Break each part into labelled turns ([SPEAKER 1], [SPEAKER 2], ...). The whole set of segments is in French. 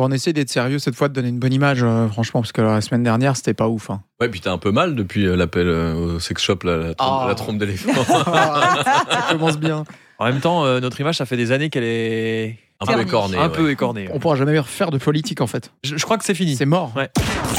[SPEAKER 1] Bon, on essaie d'être sérieux cette fois, de donner une bonne image, franchement, parce que la semaine dernière, c'était pas ouf. Hein.
[SPEAKER 2] Ouais, puis t'as un peu mal depuis l'appel au sex shop, la trompe d'éléphant.
[SPEAKER 1] Ça commence bien.
[SPEAKER 3] En même temps, notre image, ça fait des années qu'elle est
[SPEAKER 2] Un peu écorné.
[SPEAKER 3] un peu écornée.
[SPEAKER 1] On pourra jamais refaire de politique, en fait.
[SPEAKER 3] Je crois que c'est fini.
[SPEAKER 1] C'est mort.
[SPEAKER 3] Ouais.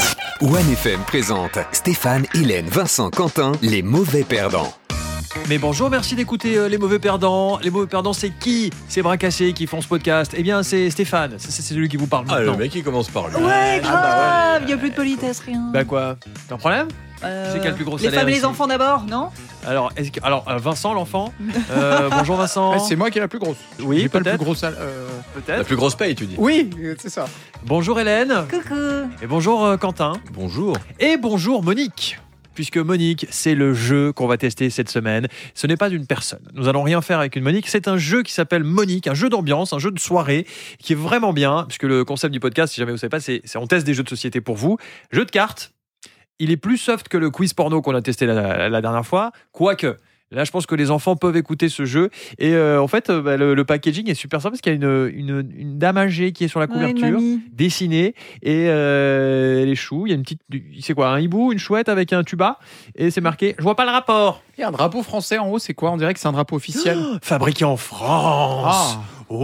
[SPEAKER 4] OneFM présente Stéphane, Hélène, Vincent, Quentin, les mauvais perdants.
[SPEAKER 3] Mais bonjour, merci d'écouter Les Mauvais Perdants. Les Mauvais Perdants, c'est qui? C'est Bras Cassés qui font ce podcast. Eh bien, c'est Stéphane. C'est celui qui vous parle
[SPEAKER 2] Ah,
[SPEAKER 3] maintenant.
[SPEAKER 2] le mec, il commence par lui.
[SPEAKER 5] Ouais, grave,
[SPEAKER 1] bah
[SPEAKER 5] il n'y a plus de politesse, rien.
[SPEAKER 3] Bah quoi? T'as un problème? C'est quel plus gros
[SPEAKER 5] les
[SPEAKER 3] salaire
[SPEAKER 5] femmes et les
[SPEAKER 3] ici
[SPEAKER 5] enfants d'abord, non?
[SPEAKER 3] Alors, Vincent, l'enfant. Bonjour Vincent.
[SPEAKER 1] C'est moi qui ai la plus grosse.
[SPEAKER 3] Oui,
[SPEAKER 1] J'ai pas le
[SPEAKER 3] peut-être.
[SPEAKER 1] plus gros salaire.
[SPEAKER 2] La
[SPEAKER 3] Peut-être.
[SPEAKER 2] plus grosse paye, tu dis.
[SPEAKER 1] Oui, c'est ça.
[SPEAKER 3] Bonjour Hélène.
[SPEAKER 5] Coucou.
[SPEAKER 3] Et bonjour Quentin.
[SPEAKER 2] Bonjour.
[SPEAKER 3] Et bonjour Monique. Puisque Monique, c'est le jeu qu'on va tester cette semaine. Ce n'est pas une personne. Nous allons rien faire avec une Monique. C'est un jeu qui s'appelle Monique, un jeu d'ambiance, un jeu de soirée, qui est vraiment bien, puisque le concept du podcast, si jamais vous ne savez pas, c'est on teste des jeux de société pour vous. Jeu de cartes. Il est plus soft que le quiz porno qu'on a testé la dernière fois, quoique. Là, je pense que les enfants peuvent écouter ce jeu. Et en fait, le packaging est super simple parce qu'il y a une dame âgée qui est sur la couverture, dessinée, et les choux. Il y a une petite, c'est quoi, un hibou, une chouette avec un tuba, et c'est marqué. Je vois pas le rapport.
[SPEAKER 1] Il y a un drapeau français en haut, c'est quoi? On dirait que c'est un drapeau officiel.
[SPEAKER 3] Fabriqué en France.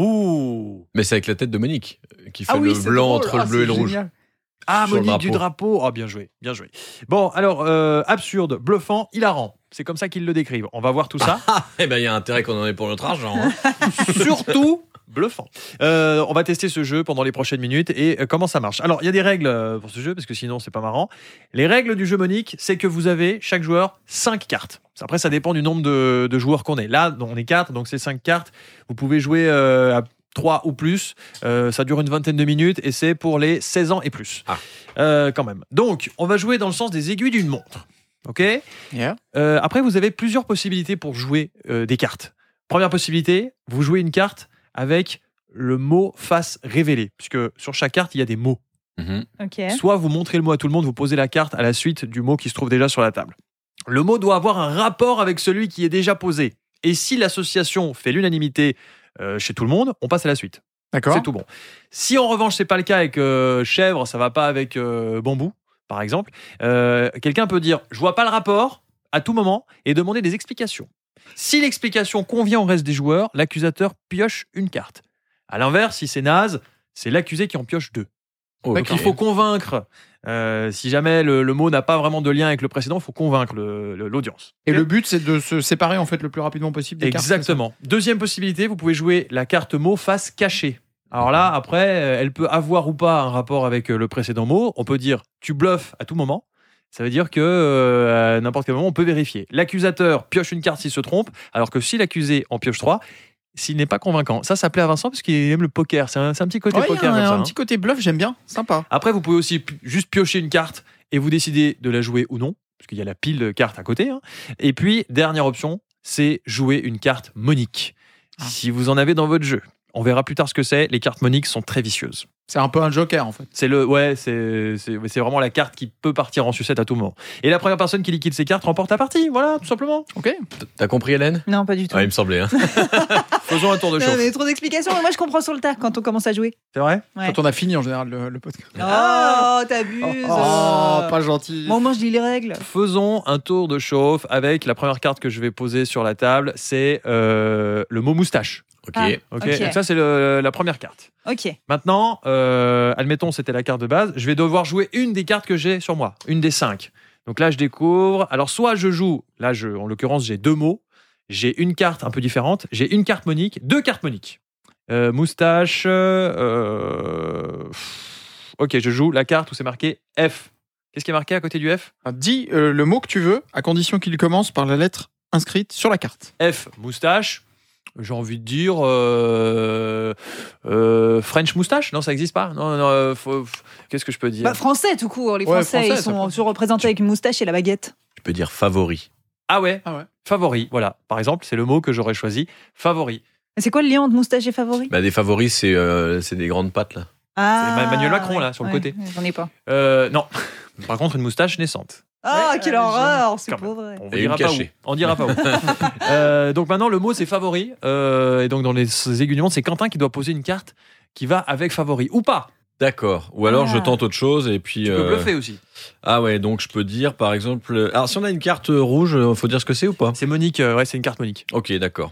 [SPEAKER 3] Oh.
[SPEAKER 2] Mais c'est avec la tête de Monique, qui fait
[SPEAKER 1] oui,
[SPEAKER 2] le
[SPEAKER 1] c'est
[SPEAKER 2] blanc
[SPEAKER 1] drôle.
[SPEAKER 2] entre le bleu et le rouge.
[SPEAKER 1] Génial.
[SPEAKER 3] Ah,
[SPEAKER 2] Sur le
[SPEAKER 3] Monique du drapeau. Oh, bien joué, bien joué. Bon, alors, absurde, bluffant, hilarant. C'est comme ça qu'ils le décrivent. On va voir tout ça.
[SPEAKER 2] Eh ben, il y a intérêt qu'on en ait pour notre argent. Hein.
[SPEAKER 3] Surtout bluffant. On va tester ce jeu pendant les prochaines minutes et comment ça marche. Alors, il y a des règles pour ce jeu parce que sinon, c'est pas marrant. Les règles du jeu Monique, c'est que vous avez, chaque joueur, 5 cartes. Après, ça dépend du nombre de joueurs qu'on est. Là, on est 4, donc c'est 5 cartes. Vous pouvez jouer à 3 ou plus. Ça dure une vingtaine de minutes et c'est pour les 16 ans et plus. Quand même. Donc, on va jouer dans le sens des aiguilles d'une montre. Ok.
[SPEAKER 1] Yeah.
[SPEAKER 3] Après, vous avez plusieurs possibilités pour jouer des cartes. Première possibilité, vous jouez une carte avec le mot face révélé, puisque sur chaque carte, il y a des mots.
[SPEAKER 5] Ok.
[SPEAKER 3] Soit vous montrez le mot à tout le monde, vous posez la carte à la suite du mot qui se trouve déjà sur la table. Le mot doit avoir un rapport avec celui qui est déjà posé. Et si l'association fait l'unanimité chez tout le monde, on passe à la suite.
[SPEAKER 1] D'accord.
[SPEAKER 3] C'est tout bon. Si en revanche, c'est pas le cas avec chèvre, ça va pas avec bambou, par exemple, quelqu'un peut dire « je vois pas le rapport » à tout moment et demander des explications. Si l'explication convient au reste des joueurs, l'accusateur pioche une carte. À l'inverse, si c'est naze, c'est l'accusé qui en pioche 2. Donc il faut convaincre, si jamais le mot n'a pas vraiment de lien avec le précédent, il faut convaincre l'audience.
[SPEAKER 1] Et le but, c'est de se séparer en fait le plus rapidement possible des cartes.
[SPEAKER 3] Exactement. Deuxième possibilité, vous pouvez jouer la carte mot face cachée. Alors là, après, elle peut avoir ou pas un rapport avec le précédent mot. On peut dire tu bluffes à tout moment. Ça veut dire que à n'importe quel moment, on peut vérifier. L'accusateur pioche une carte s'il se trompe, alors que si l'accusé en pioche 3, s'il n'est pas convaincant. Ça plaît à Vincent parce qu'il aime le poker. C'est un petit côté poker.
[SPEAKER 1] Il y a
[SPEAKER 3] comme ça,
[SPEAKER 1] un petit côté bluff, j'aime bien. Sympa.
[SPEAKER 3] Après, vous pouvez aussi juste piocher une carte et vous décidez de la jouer ou non, parce qu'il y a la pile de cartes à côté. Hein. Et puis, dernière option, c'est jouer une carte Monique. Si vous en avez dans votre jeu. On verra plus tard ce que c'est. Les cartes Monique sont très vicieuses. C'est
[SPEAKER 1] un peu un joker en fait.
[SPEAKER 3] C'est vraiment la carte qui peut partir en sucette à tout moment. Et la première personne qui liquide ses cartes remporte la partie. Voilà, tout simplement.
[SPEAKER 1] Ok.
[SPEAKER 2] T'as compris, Hélène?
[SPEAKER 5] Non, pas du tout.
[SPEAKER 2] Il me semblait. Hein.
[SPEAKER 3] Faisons un tour de chauffe.
[SPEAKER 5] Il y a trop d'explications, mais moi je comprends sur le tas quand on commence à jouer.
[SPEAKER 3] C'est vrai?
[SPEAKER 5] Ouais.
[SPEAKER 1] Quand on a fini en général le podcast.
[SPEAKER 5] Oh, t'abuses.
[SPEAKER 1] Oh, pas gentil.
[SPEAKER 5] Bon, moi je lis les règles.
[SPEAKER 3] Faisons un tour de chauffe avec la première carte que je vais poser sur la table. C'est le mot moustache.
[SPEAKER 2] Ok.
[SPEAKER 3] Donc ça, c'est la première carte.
[SPEAKER 5] Ok.
[SPEAKER 3] Maintenant, admettons, c'était la carte de base. Je vais devoir jouer une des cartes que j'ai sur moi, une des 5. Donc là, je découvre. Alors, soit je joue, là, en l'occurrence, j'ai 2 mots. J'ai une carte un peu différente. J'ai une carte Monique, 2 cartes Monique. Moustache. Ok, je joue la carte où c'est marqué F. Qu'est-ce qui est marqué à côté du F?
[SPEAKER 1] Dis le mot que tu veux, à condition qu'il commence par la lettre inscrite sur la carte.
[SPEAKER 3] F, moustache. J'ai envie de dire French moustache. Non, ça n'existe pas. Non, qu'est-ce que je peux dire?
[SPEAKER 5] Bah, français tout court. Les Français, ils sont surreprésentés avec une moustache et la baguette.
[SPEAKER 2] Tu peux dire favori.
[SPEAKER 3] Ah ouais. Favori, voilà. Par exemple, c'est le mot que j'aurais choisi. Favori.
[SPEAKER 5] Mais c'est quoi le lien entre moustache et favori?
[SPEAKER 2] Bah, des favoris, c'est des grandes pattes, là.
[SPEAKER 5] Ah,
[SPEAKER 3] c'est Emmanuel Macron, là, sur le côté.
[SPEAKER 5] J'en ai pas.
[SPEAKER 3] Non. Par contre, une moustache naissante.
[SPEAKER 5] Ah, quelle horreur, c'est pas vrai.
[SPEAKER 3] On dira pas où. On dira pas où. Donc maintenant, le mot, c'est favori. Et donc, dans les aiguilles du monde, c'est Quentin qui doit poser une carte qui va avec favori. Ou pas.
[SPEAKER 2] D'accord. Ou alors je tente autre chose et puis.
[SPEAKER 3] Tu peux bluffer aussi.
[SPEAKER 2] Ah ouais, donc je peux dire par exemple. Alors si on a une carte rouge, faut dire ce que c'est ou pas?
[SPEAKER 3] C'est Monique, c'est une carte Monique.
[SPEAKER 2] Ok, d'accord.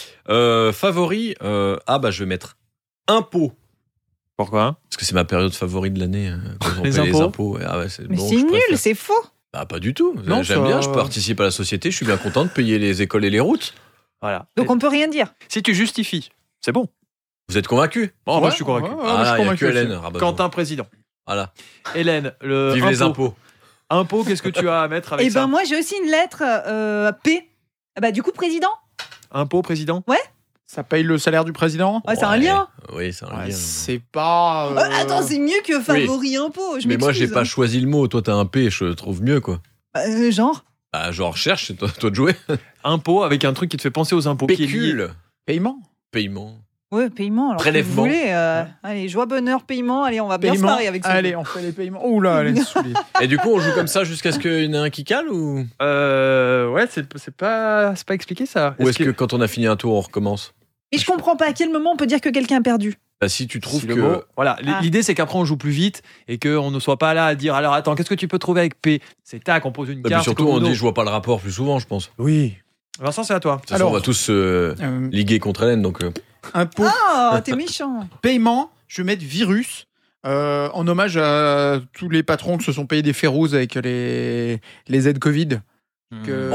[SPEAKER 2] Favori, je vais mettre impôt.
[SPEAKER 3] Pourquoi?
[SPEAKER 2] Parce que c'est ma période favorite de l'année. Quand on
[SPEAKER 3] Les
[SPEAKER 2] paye
[SPEAKER 3] impôts.
[SPEAKER 2] les impôts. Ah ouais,
[SPEAKER 5] Mais
[SPEAKER 2] bon,
[SPEAKER 5] c'est
[SPEAKER 2] je
[SPEAKER 5] nul,
[SPEAKER 2] préfère.
[SPEAKER 5] c'est faux.
[SPEAKER 2] Bah pas du tout.
[SPEAKER 1] Non,
[SPEAKER 2] J'aime
[SPEAKER 1] ça-
[SPEAKER 2] bien, je participe à la société, je suis bien content de payer les écoles et les routes.
[SPEAKER 3] Voilà.
[SPEAKER 5] Donc on peut rien dire.
[SPEAKER 3] Si tu justifies, c'est bon.
[SPEAKER 2] Vous êtes convaincus?
[SPEAKER 3] Bon, moi je suis convaincu.
[SPEAKER 1] Ouais,
[SPEAKER 2] Ah
[SPEAKER 1] je
[SPEAKER 2] là,
[SPEAKER 1] suis
[SPEAKER 2] il n'y a que
[SPEAKER 1] convaincu
[SPEAKER 2] Hélène.
[SPEAKER 1] aussi.
[SPEAKER 2] rabat-joie.
[SPEAKER 3] Quentin président.
[SPEAKER 2] Voilà.
[SPEAKER 3] Hélène, le
[SPEAKER 2] Vive les impôts.
[SPEAKER 3] Impôt, qu'est-ce que tu as à mettre avec
[SPEAKER 5] Et
[SPEAKER 3] ça?
[SPEAKER 5] ben moi j'ai aussi une lettre P. Bah du coup président.
[SPEAKER 3] Impôt président?
[SPEAKER 1] Ça paye le salaire du président?
[SPEAKER 5] Ouais, c'est un lien.
[SPEAKER 2] Oui, c'est un
[SPEAKER 1] Ouais,
[SPEAKER 2] lien.
[SPEAKER 1] c'est pas.
[SPEAKER 5] Attends, c'est mieux que favori impôt. Je
[SPEAKER 2] Mais moi, j'ai
[SPEAKER 5] m'excuse,
[SPEAKER 2] pas choisi le mot. Toi, t'as un P, je trouve mieux, quoi.
[SPEAKER 5] genre.
[SPEAKER 2] Bah, genre, cherche, c'est toi de jouer.
[SPEAKER 3] Impôt avec un truc qui te fait penser aux impôts. qui est lié.
[SPEAKER 2] Pécule.
[SPEAKER 1] Paiement.
[SPEAKER 2] Paiement.
[SPEAKER 5] Ouais, paiement. Alors,
[SPEAKER 2] Prélèvement.
[SPEAKER 5] Si vous voulez, allez, joie, bonheur, paiement. Allez, on va bien se
[SPEAKER 1] Paiement.
[SPEAKER 5] marrer avec ça.
[SPEAKER 1] Allez, on fait les paiements. Ouh là, elle est saoulée.
[SPEAKER 2] Et du coup, on joue comme ça jusqu'à ce qu'il y en ait un qui cale ou
[SPEAKER 3] Ouais, c'est pas expliqué ça.
[SPEAKER 2] est-ce que quand on a fini un tour, on recommence?
[SPEAKER 5] Et je comprends pas à quel moment on peut dire que quelqu'un a perdu.
[SPEAKER 2] Bah, si tu trouves
[SPEAKER 3] Si
[SPEAKER 2] que.
[SPEAKER 3] le mot- Voilà,
[SPEAKER 5] Ah.
[SPEAKER 3] l'idée c'est qu'après on joue plus vite et qu'on ne soit pas là à dire alors attends, qu'est-ce que tu peux trouver avec P? C'est tac, on pose une
[SPEAKER 2] Et puis
[SPEAKER 3] carte.
[SPEAKER 2] surtout,
[SPEAKER 3] c'est
[SPEAKER 2] on
[SPEAKER 3] comme
[SPEAKER 2] dit
[SPEAKER 3] Uno.
[SPEAKER 2] je vois pas le rapport plus souvent, je pense. De
[SPEAKER 3] Oui. Vincent, c'est à toi.
[SPEAKER 2] toute façon,
[SPEAKER 1] Alors.
[SPEAKER 2] on va tous se liguer contre Hélène, donc.
[SPEAKER 1] Impôt.
[SPEAKER 5] Oh, t'es méchant.
[SPEAKER 1] Paiement, je vais mettre virus. En hommage à tous les patrons qui se sont payés des ferrouses avec les aides Covid. Que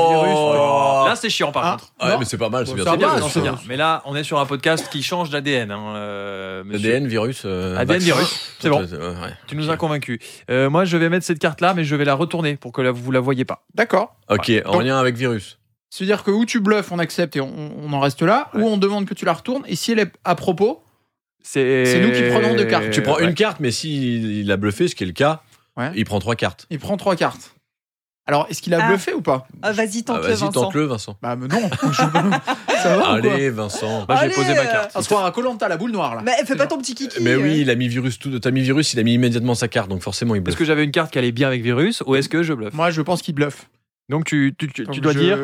[SPEAKER 2] Oh.
[SPEAKER 3] Là c'est chiant par
[SPEAKER 1] Ah.
[SPEAKER 3] contre.
[SPEAKER 2] Ouais,
[SPEAKER 1] Non.
[SPEAKER 2] mais c'est pas mal, c'est
[SPEAKER 1] Bon,
[SPEAKER 2] bien.
[SPEAKER 1] ça
[SPEAKER 3] C'est bien,
[SPEAKER 1] va,
[SPEAKER 3] non, c'est
[SPEAKER 1] ça.
[SPEAKER 3] bien. Mais là, on est sur un podcast qui change d'ADN. Monsieur.
[SPEAKER 2] ADN, virus.
[SPEAKER 3] ADN,
[SPEAKER 2] vaccin.
[SPEAKER 3] virus. C'est bon.
[SPEAKER 2] Ouais.
[SPEAKER 3] Tu nous as convaincus. Moi, je vais mettre cette carte-là, mais je vais la retourner pour que vous la voyez pas.
[SPEAKER 1] D'accord.
[SPEAKER 2] Ok, en
[SPEAKER 1] Donc-
[SPEAKER 2] lien avec virus.
[SPEAKER 1] C'est-à-dire que ou tu bluffes, on accepte et on en reste là,
[SPEAKER 3] Ouais.
[SPEAKER 1] ou on demande que tu la retournes, et si elle est à propos,
[SPEAKER 3] C'est
[SPEAKER 1] C'est nous qui prenons deux cartes.
[SPEAKER 2] Tu prends
[SPEAKER 3] Ouais.
[SPEAKER 2] une carte, mais s'il a bluffé, ce qui est le cas,
[SPEAKER 1] Ouais.
[SPEAKER 2] il prend 3 cartes.
[SPEAKER 1] il prend 3 cartes. Alors, est-ce qu'il a
[SPEAKER 5] Ah.
[SPEAKER 1] bluffé ou pas?
[SPEAKER 5] Vas-y, tente-le,
[SPEAKER 2] Vas-y,
[SPEAKER 5] Vincent.
[SPEAKER 2] tente-le, Vincent.
[SPEAKER 1] Bah mais non. Ça va ou quoi?
[SPEAKER 2] Allez, Vincent.
[SPEAKER 3] Moi, j'ai
[SPEAKER 5] Allez,
[SPEAKER 3] posé ma carte.
[SPEAKER 1] Un soir à Koh-Lanta, la boule noire là.
[SPEAKER 5] Mais fais pas ton petit kiki.
[SPEAKER 2] Mais oui, il a mis virus. T'as mis virus, il a mis immédiatement sa carte, donc forcément il
[SPEAKER 3] Est-ce
[SPEAKER 2] bluffe.
[SPEAKER 3] que j'avais une carte qui allait bien avec virus ou est-ce que je bluffe?
[SPEAKER 1] Moi, je pense qu'il bluffe.
[SPEAKER 3] Donc tu
[SPEAKER 1] Donc,
[SPEAKER 3] dois dire.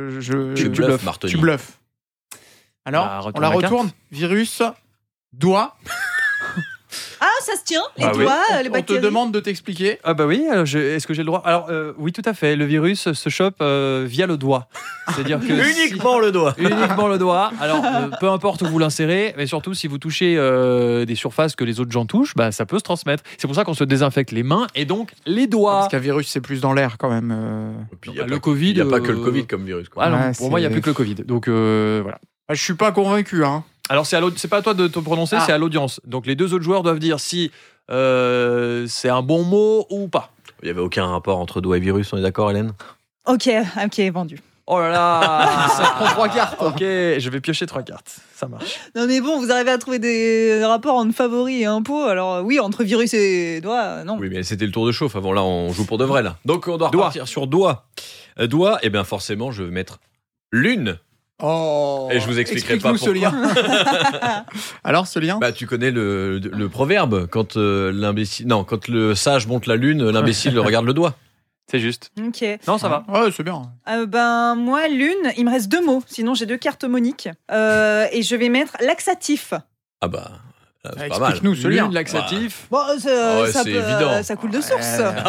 [SPEAKER 2] Tu bluffes, Martoni.
[SPEAKER 1] Tu bluffes. Alors,
[SPEAKER 3] Bah, retourne
[SPEAKER 1] on la
[SPEAKER 3] la carte.
[SPEAKER 1] retourne. Virus, doigt.
[SPEAKER 5] Ah, ça se tient. Les
[SPEAKER 3] Ah oui.
[SPEAKER 5] doigts, les
[SPEAKER 1] On te
[SPEAKER 5] bactéries.
[SPEAKER 1] demande de t'expliquer.
[SPEAKER 3] Ah bah oui, alors est-ce que j'ai le droit? Alors oui, tout à fait. Le virus se chope via le doigt. C'est-à-dire que
[SPEAKER 2] Uniquement le doigt.
[SPEAKER 3] uniquement le doigt. Alors peu importe où vous l'insérez, mais surtout si vous touchez des surfaces que les autres gens touchent, bah ça peut se transmettre. C'est pour ça qu'on se désinfecte les mains et donc les doigts.
[SPEAKER 1] Parce qu'un virus, c'est plus dans l'air quand même.
[SPEAKER 2] Puis,
[SPEAKER 3] Bah, le Covid,
[SPEAKER 2] Il n'y a pas que le Covid comme virus. Quoi.
[SPEAKER 3] Ah non,
[SPEAKER 1] Ouais,
[SPEAKER 3] pour moi il n'y a
[SPEAKER 1] c'est-
[SPEAKER 3] plus que le Covid. Donc voilà.
[SPEAKER 1] Ah, je suis pas convaincu, hein.
[SPEAKER 3] Alors c'est pas à toi de te prononcer,
[SPEAKER 1] Ah.
[SPEAKER 3] c'est à l'audience. Donc les deux autres joueurs doivent dire si c'est un bon mot ou pas.
[SPEAKER 2] Il n'y avait aucun rapport entre doigt et virus, on est d'accord, Hélène?
[SPEAKER 5] Ok, vendu.
[SPEAKER 3] Oh là là.
[SPEAKER 1] Ça prend 3 cartes.
[SPEAKER 3] Ok, je vais piocher 3 cartes. Ça marche.
[SPEAKER 5] Non mais bon, vous arrivez à trouver des rapports entre favoris et impôts. Alors oui, entre virus et doigts, non.
[SPEAKER 2] Oui, mais c'était le tour de chauffe. Avant, là, on joue pour de vrai, là. Donc, on doit
[SPEAKER 3] Doigt.
[SPEAKER 2] repartir sur doigt. Doigt, et bien forcément, je vais mettre lune.
[SPEAKER 1] Oh.
[SPEAKER 2] Et je vous expliquerai pas
[SPEAKER 1] Explique-nous ce lien. Alors, ce lien
[SPEAKER 2] Bah, tu connais le proverbe quand quand le sage monte la lune, l'imbécile regarde le doigt.
[SPEAKER 3] C'est juste.
[SPEAKER 5] Ok.
[SPEAKER 3] Non, ça va.
[SPEAKER 1] Ouais, c'est bien.
[SPEAKER 5] Ben moi, lune, il me reste 2 mots. Sinon, j'ai 2 cartes Monique. Et je vais mettre laxatif.
[SPEAKER 2] Ah bah, là, c'est pas mal.
[SPEAKER 1] Explique-nous ce lien.
[SPEAKER 3] Lune, laxatif.
[SPEAKER 5] Bon,
[SPEAKER 2] Ah ouais,
[SPEAKER 5] ça,
[SPEAKER 2] c'est évident.
[SPEAKER 5] ça coule de source.
[SPEAKER 1] Ouais.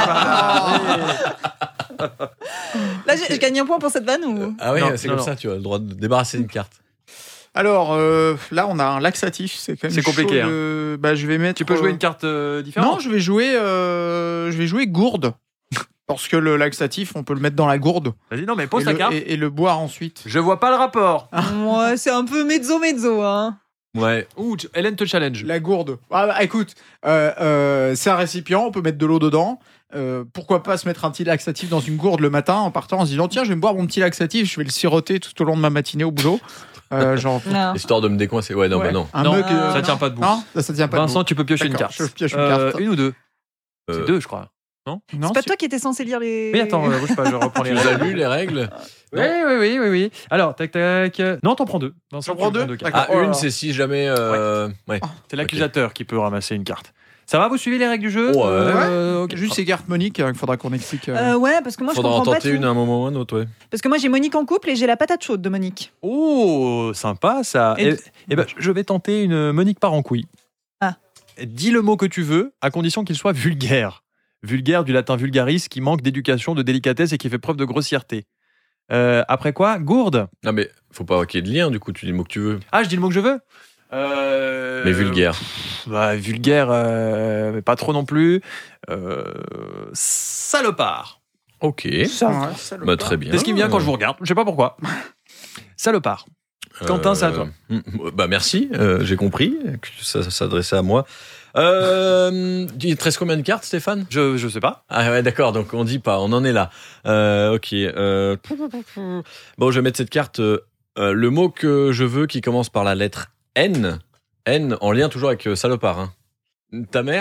[SPEAKER 5] Là, je gagne un point pour cette vanne ou
[SPEAKER 2] Ah oui,
[SPEAKER 3] Non,
[SPEAKER 2] c'est
[SPEAKER 3] non,
[SPEAKER 2] comme
[SPEAKER 3] non.
[SPEAKER 2] ça, tu as le droit de débarrasser une carte.
[SPEAKER 1] Alors, là, on a un laxatif. C'est quand même
[SPEAKER 3] C'est compliqué,
[SPEAKER 1] chaud de- Bah, je vais mettre.
[SPEAKER 3] Tu peux jouer une carte différente.
[SPEAKER 1] Non, je vais jouer gourde. Parce que le laxatif, on peut le mettre dans la gourde
[SPEAKER 3] Vas-y, non, mais
[SPEAKER 1] et
[SPEAKER 3] pose ta
[SPEAKER 1] le,
[SPEAKER 3] carte.
[SPEAKER 1] et le boire ensuite.
[SPEAKER 3] Je vois pas le rapport.
[SPEAKER 5] Ouais, c'est un peu mezzo, hein.
[SPEAKER 2] Ouais.
[SPEAKER 3] Ouh, Hélène te challenge.
[SPEAKER 1] La gourde. Ah, bah, écoute, c'est un récipient, on peut mettre de l'eau dedans. Pourquoi pas se mettre un petit laxatif dans une gourde le matin en partant en se disant tiens, je vais me boire mon petit laxatif, je vais le siroter tout au long de ma matinée au boulot. Genre,
[SPEAKER 5] Non.
[SPEAKER 2] Histoire de me décoincer. Ouais, non,
[SPEAKER 1] ouais.
[SPEAKER 2] bah non.
[SPEAKER 1] Un
[SPEAKER 3] Non,
[SPEAKER 1] mug,
[SPEAKER 3] ça tient pas debout.
[SPEAKER 1] Non, ça tient pas
[SPEAKER 3] Vincent,
[SPEAKER 1] debout.
[SPEAKER 3] tu peux piocher une
[SPEAKER 1] D'accord,
[SPEAKER 3] carte.
[SPEAKER 1] je pioche une carte.
[SPEAKER 3] Une ou deux?
[SPEAKER 2] Euh,
[SPEAKER 3] C'est 2, je crois.
[SPEAKER 1] Non,
[SPEAKER 5] C'est pas toi qui étais censé lire les.
[SPEAKER 3] Oui, attends, bouge pas, je reprends les
[SPEAKER 2] Tu nous as
[SPEAKER 3] règles.
[SPEAKER 2] lu les règles?
[SPEAKER 3] Oui. Alors, tac. Non, t'en prends 2. Vincent,
[SPEAKER 1] J'en prends
[SPEAKER 3] tu
[SPEAKER 1] 2?
[SPEAKER 3] cartes.
[SPEAKER 1] D'accord.
[SPEAKER 2] Ah,
[SPEAKER 1] Oh là
[SPEAKER 2] une,
[SPEAKER 1] là.
[SPEAKER 2] c'est si jamais. Ouais.
[SPEAKER 3] C'est l'accusateur qui peut ramasser une carte. Ça va, vous suivez les règles du jeu?
[SPEAKER 2] Ouais.
[SPEAKER 3] Ok.
[SPEAKER 1] Juste ces cartes Monique, il faudra qu'on explique.
[SPEAKER 5] Ouais, parce que moi,
[SPEAKER 2] Faudra
[SPEAKER 5] je
[SPEAKER 2] en
[SPEAKER 5] comprends pas
[SPEAKER 2] tenter
[SPEAKER 5] tout.
[SPEAKER 2] une à un moment ou un autre, ouais.
[SPEAKER 5] Parce que moi, j'ai Monique en couple et j'ai la patate chaude de Monique.
[SPEAKER 3] Oh, sympa ça.
[SPEAKER 5] Et-
[SPEAKER 3] Eh ben, je vais tenter une Monique part en couille. dis le mot que tu veux, à condition qu'il soit vulgaire. Vulgaire du latin vulgaris, qui manque d'éducation, de délicatesse et qui fait preuve de grossièreté. Après quoi, gourde.
[SPEAKER 2] Non, mais faut pas qu'il y ait de lien, du coup, tu dis le mot que tu veux.
[SPEAKER 3] Ah, je dis le mot que je veux.
[SPEAKER 2] Mais vulgaire.
[SPEAKER 3] Vulgaire, mais pas trop non plus. Salopard.
[SPEAKER 2] Ok. Bah, très bien.
[SPEAKER 3] C'est ce qui me vient quand je vous regarde. Je sais pas pourquoi. Salopard. Quentin, c'est à toi.
[SPEAKER 2] Bah merci, j'ai compris que ça s'adressait à moi. Il te reste combien de cartes, Stéphane ?
[SPEAKER 3] Je sais pas.
[SPEAKER 2] Ah ouais, d'accord, donc on dit pas, on en est là. Ok. Bon, je vais mettre cette carte. Le mot que je veux qui commence par la lettre N. N en lien toujours avec salopard. Hein. Ta mère ?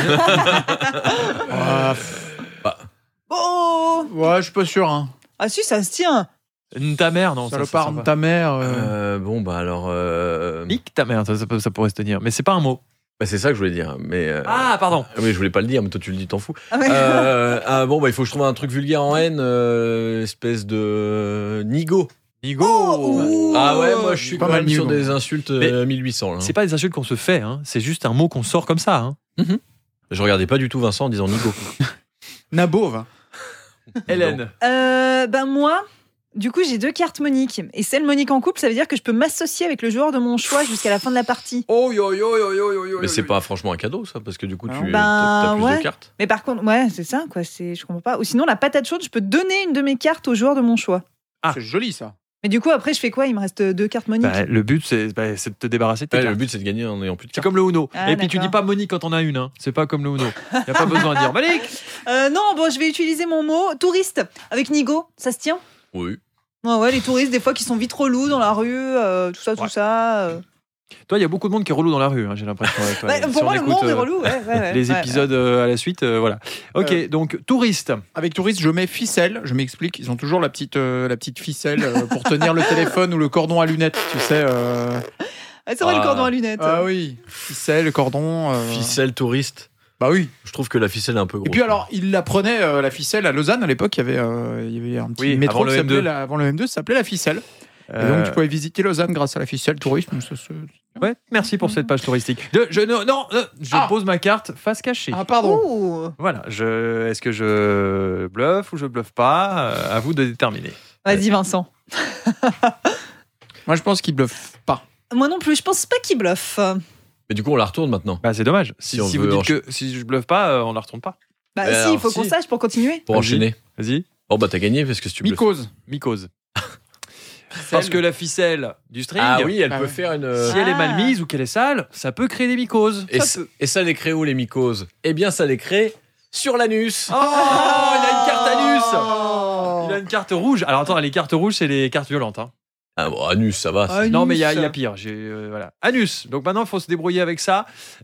[SPEAKER 5] Oh
[SPEAKER 1] Ouais, je suis pas sûr. Hein.
[SPEAKER 5] Ah si, ça se tient.
[SPEAKER 3] Ta mère, non.
[SPEAKER 1] Salopard, ta mère.
[SPEAKER 2] Bon, bah alors.
[SPEAKER 3] Nique ta mère, ça pourrait se tenir. Mais c'est pas un mot.
[SPEAKER 2] Bah, c'est ça que je voulais dire. Mais,
[SPEAKER 3] Ah, pardon.
[SPEAKER 2] Oui, je voulais pas le dire, mais toi tu le dis, t'en fous.
[SPEAKER 5] Ah ouais.
[SPEAKER 2] Bon, bah il faut que je trouve un truc vulgaire en N, espèce de nigo.
[SPEAKER 3] Nigo.
[SPEAKER 5] Oh,
[SPEAKER 2] Ah ouais, moi je suis
[SPEAKER 1] Pas
[SPEAKER 2] quand
[SPEAKER 1] mal
[SPEAKER 2] même sur
[SPEAKER 1] nigo.
[SPEAKER 2] des insultes
[SPEAKER 3] Mais
[SPEAKER 2] 1800. Là, hein.
[SPEAKER 3] C'est pas des insultes qu'on se fait, hein. C'est juste un mot qu'on sort comme ça. Hein.
[SPEAKER 2] Je regardais pas du tout Vincent en disant nigo.
[SPEAKER 1] Nabove.
[SPEAKER 3] Hélène.
[SPEAKER 5] Ben moi, du coup, j'ai 2 cartes Monique. Et celle Monique en couple, ça veut dire que je peux m'associer avec le joueur de mon choix jusqu'à la fin de la partie.
[SPEAKER 3] Oh yo yo yo yo yo yo.
[SPEAKER 2] Mais c'est pas franchement un cadeau ça, parce que du coup tu
[SPEAKER 1] Ben,
[SPEAKER 2] t'as plus
[SPEAKER 5] ouais.
[SPEAKER 2] de cartes.
[SPEAKER 5] Mais par contre, ouais, c'est ça, quoi. Je comprends pas. Ou sinon, la patate chaude, je peux donner une de mes cartes au joueur de mon choix.
[SPEAKER 3] Ah.
[SPEAKER 1] C'est joli ça.
[SPEAKER 5] Mais du coup, après, je fais quoi ? Il me reste 2 cartes Monique.
[SPEAKER 3] Bah, le but, c'est de te débarrasser de tes
[SPEAKER 2] Ouais,
[SPEAKER 3] cartes.
[SPEAKER 2] le but c'est de gagner en ayant plus de
[SPEAKER 3] C'est
[SPEAKER 2] cartes.
[SPEAKER 3] comme le Uno.
[SPEAKER 5] Ah,
[SPEAKER 3] Et puis tu dis
[SPEAKER 5] d'accord.
[SPEAKER 3] pas Monique quand on a une. Hein. C'est pas comme le Uno. Y a pas besoin de dire Monique.
[SPEAKER 5] Non, bon, je vais utiliser mon mot touriste avec Nigo. Ça se tient ?
[SPEAKER 2] Oui.
[SPEAKER 5] Ouais, les touristes, des fois, qui sont vite relous dans la rue, tout ça, tout
[SPEAKER 3] Ouais.
[SPEAKER 5] ça.
[SPEAKER 3] Toi, il y a beaucoup de monde qui est relou dans la rue, hein, j'ai l'impression. avec toi.
[SPEAKER 5] Bah,
[SPEAKER 3] Si
[SPEAKER 5] pour
[SPEAKER 3] on
[SPEAKER 5] moi, le
[SPEAKER 3] écoute,
[SPEAKER 5] monde est relou. Ouais,
[SPEAKER 3] les
[SPEAKER 5] ouais.
[SPEAKER 3] épisodes à la suite, voilà. Ok, donc touriste.
[SPEAKER 1] Avec touriste, je mets ficelle. Je m'explique. Ils ont toujours la petite ficelle pour tenir le téléphone ou le cordon à lunettes. Tu sais.
[SPEAKER 5] Ah, c'est vrai, le
[SPEAKER 2] Ah.
[SPEAKER 5] cordon à lunettes.
[SPEAKER 1] Ah oui. Ficelle, cordon.
[SPEAKER 2] Ficelle touriste.
[SPEAKER 1] Bah oui.
[SPEAKER 2] Je trouve que la ficelle est un peu grosse.
[SPEAKER 1] Et puis alors, il la prenait la ficelle à Lausanne à l'époque. Il y avait un petit
[SPEAKER 3] Oui,
[SPEAKER 1] métro
[SPEAKER 3] avant le
[SPEAKER 1] qui s'appelait
[SPEAKER 3] M2.
[SPEAKER 1] avant le M2, ça s'appelait la ficelle. Et donc tu pouvais visiter Lausanne grâce à la ficelle tourisme.
[SPEAKER 3] Ouais, merci pour cette page touristique. Je pose ma carte face cachée.
[SPEAKER 1] Ah pardon.
[SPEAKER 5] Ouh.
[SPEAKER 3] Voilà, est-ce que je bluffe ou je bluffe pas À vous de déterminer.
[SPEAKER 5] Vas-y, Vincent.
[SPEAKER 1] Moi je pense qu'il bluffe pas.
[SPEAKER 5] Moi non plus, je pense pas qu'il bluffe.
[SPEAKER 2] Mais du coup on la retourne maintenant.
[SPEAKER 3] Bah, c'est dommage. Si
[SPEAKER 2] on
[SPEAKER 3] vous
[SPEAKER 2] veut
[SPEAKER 3] dites que si je bluffe pas, on la retourne pas.
[SPEAKER 5] Bah
[SPEAKER 2] Mais
[SPEAKER 5] si,
[SPEAKER 2] alors,
[SPEAKER 5] il faut qu'on
[SPEAKER 2] si.
[SPEAKER 5] sache pour continuer.
[SPEAKER 2] Pour
[SPEAKER 3] Vas-y.
[SPEAKER 2] enchaîner.
[SPEAKER 3] Vas-y.
[SPEAKER 2] Oh bah t'as gagné parce que si tu bluffes.
[SPEAKER 1] Mycose.
[SPEAKER 3] Mycose. Parce que la ficelle du string,
[SPEAKER 2] Ah oui, elle
[SPEAKER 1] Ah
[SPEAKER 2] peut
[SPEAKER 1] ouais.
[SPEAKER 2] faire une.
[SPEAKER 3] si elle est mal
[SPEAKER 5] Ah.
[SPEAKER 3] mise ou qu'elle est sale, ça peut créer des mycoses.
[SPEAKER 2] Et ça les crée où les mycoses ? Eh bien ça les crée sur l'anus.
[SPEAKER 3] Oh, il a une carte anus.
[SPEAKER 5] Oh.
[SPEAKER 3] Il a une carte rouge. Alors attends, les cartes rouges, c'est les cartes violentes. Hein.
[SPEAKER 2] Ah bon, anus ça va.
[SPEAKER 5] Ah,
[SPEAKER 3] Non, mais il y a
[SPEAKER 5] Anus.
[SPEAKER 3] pire. Voilà. Anus. Donc maintenant, il faut se débrouiller avec ça.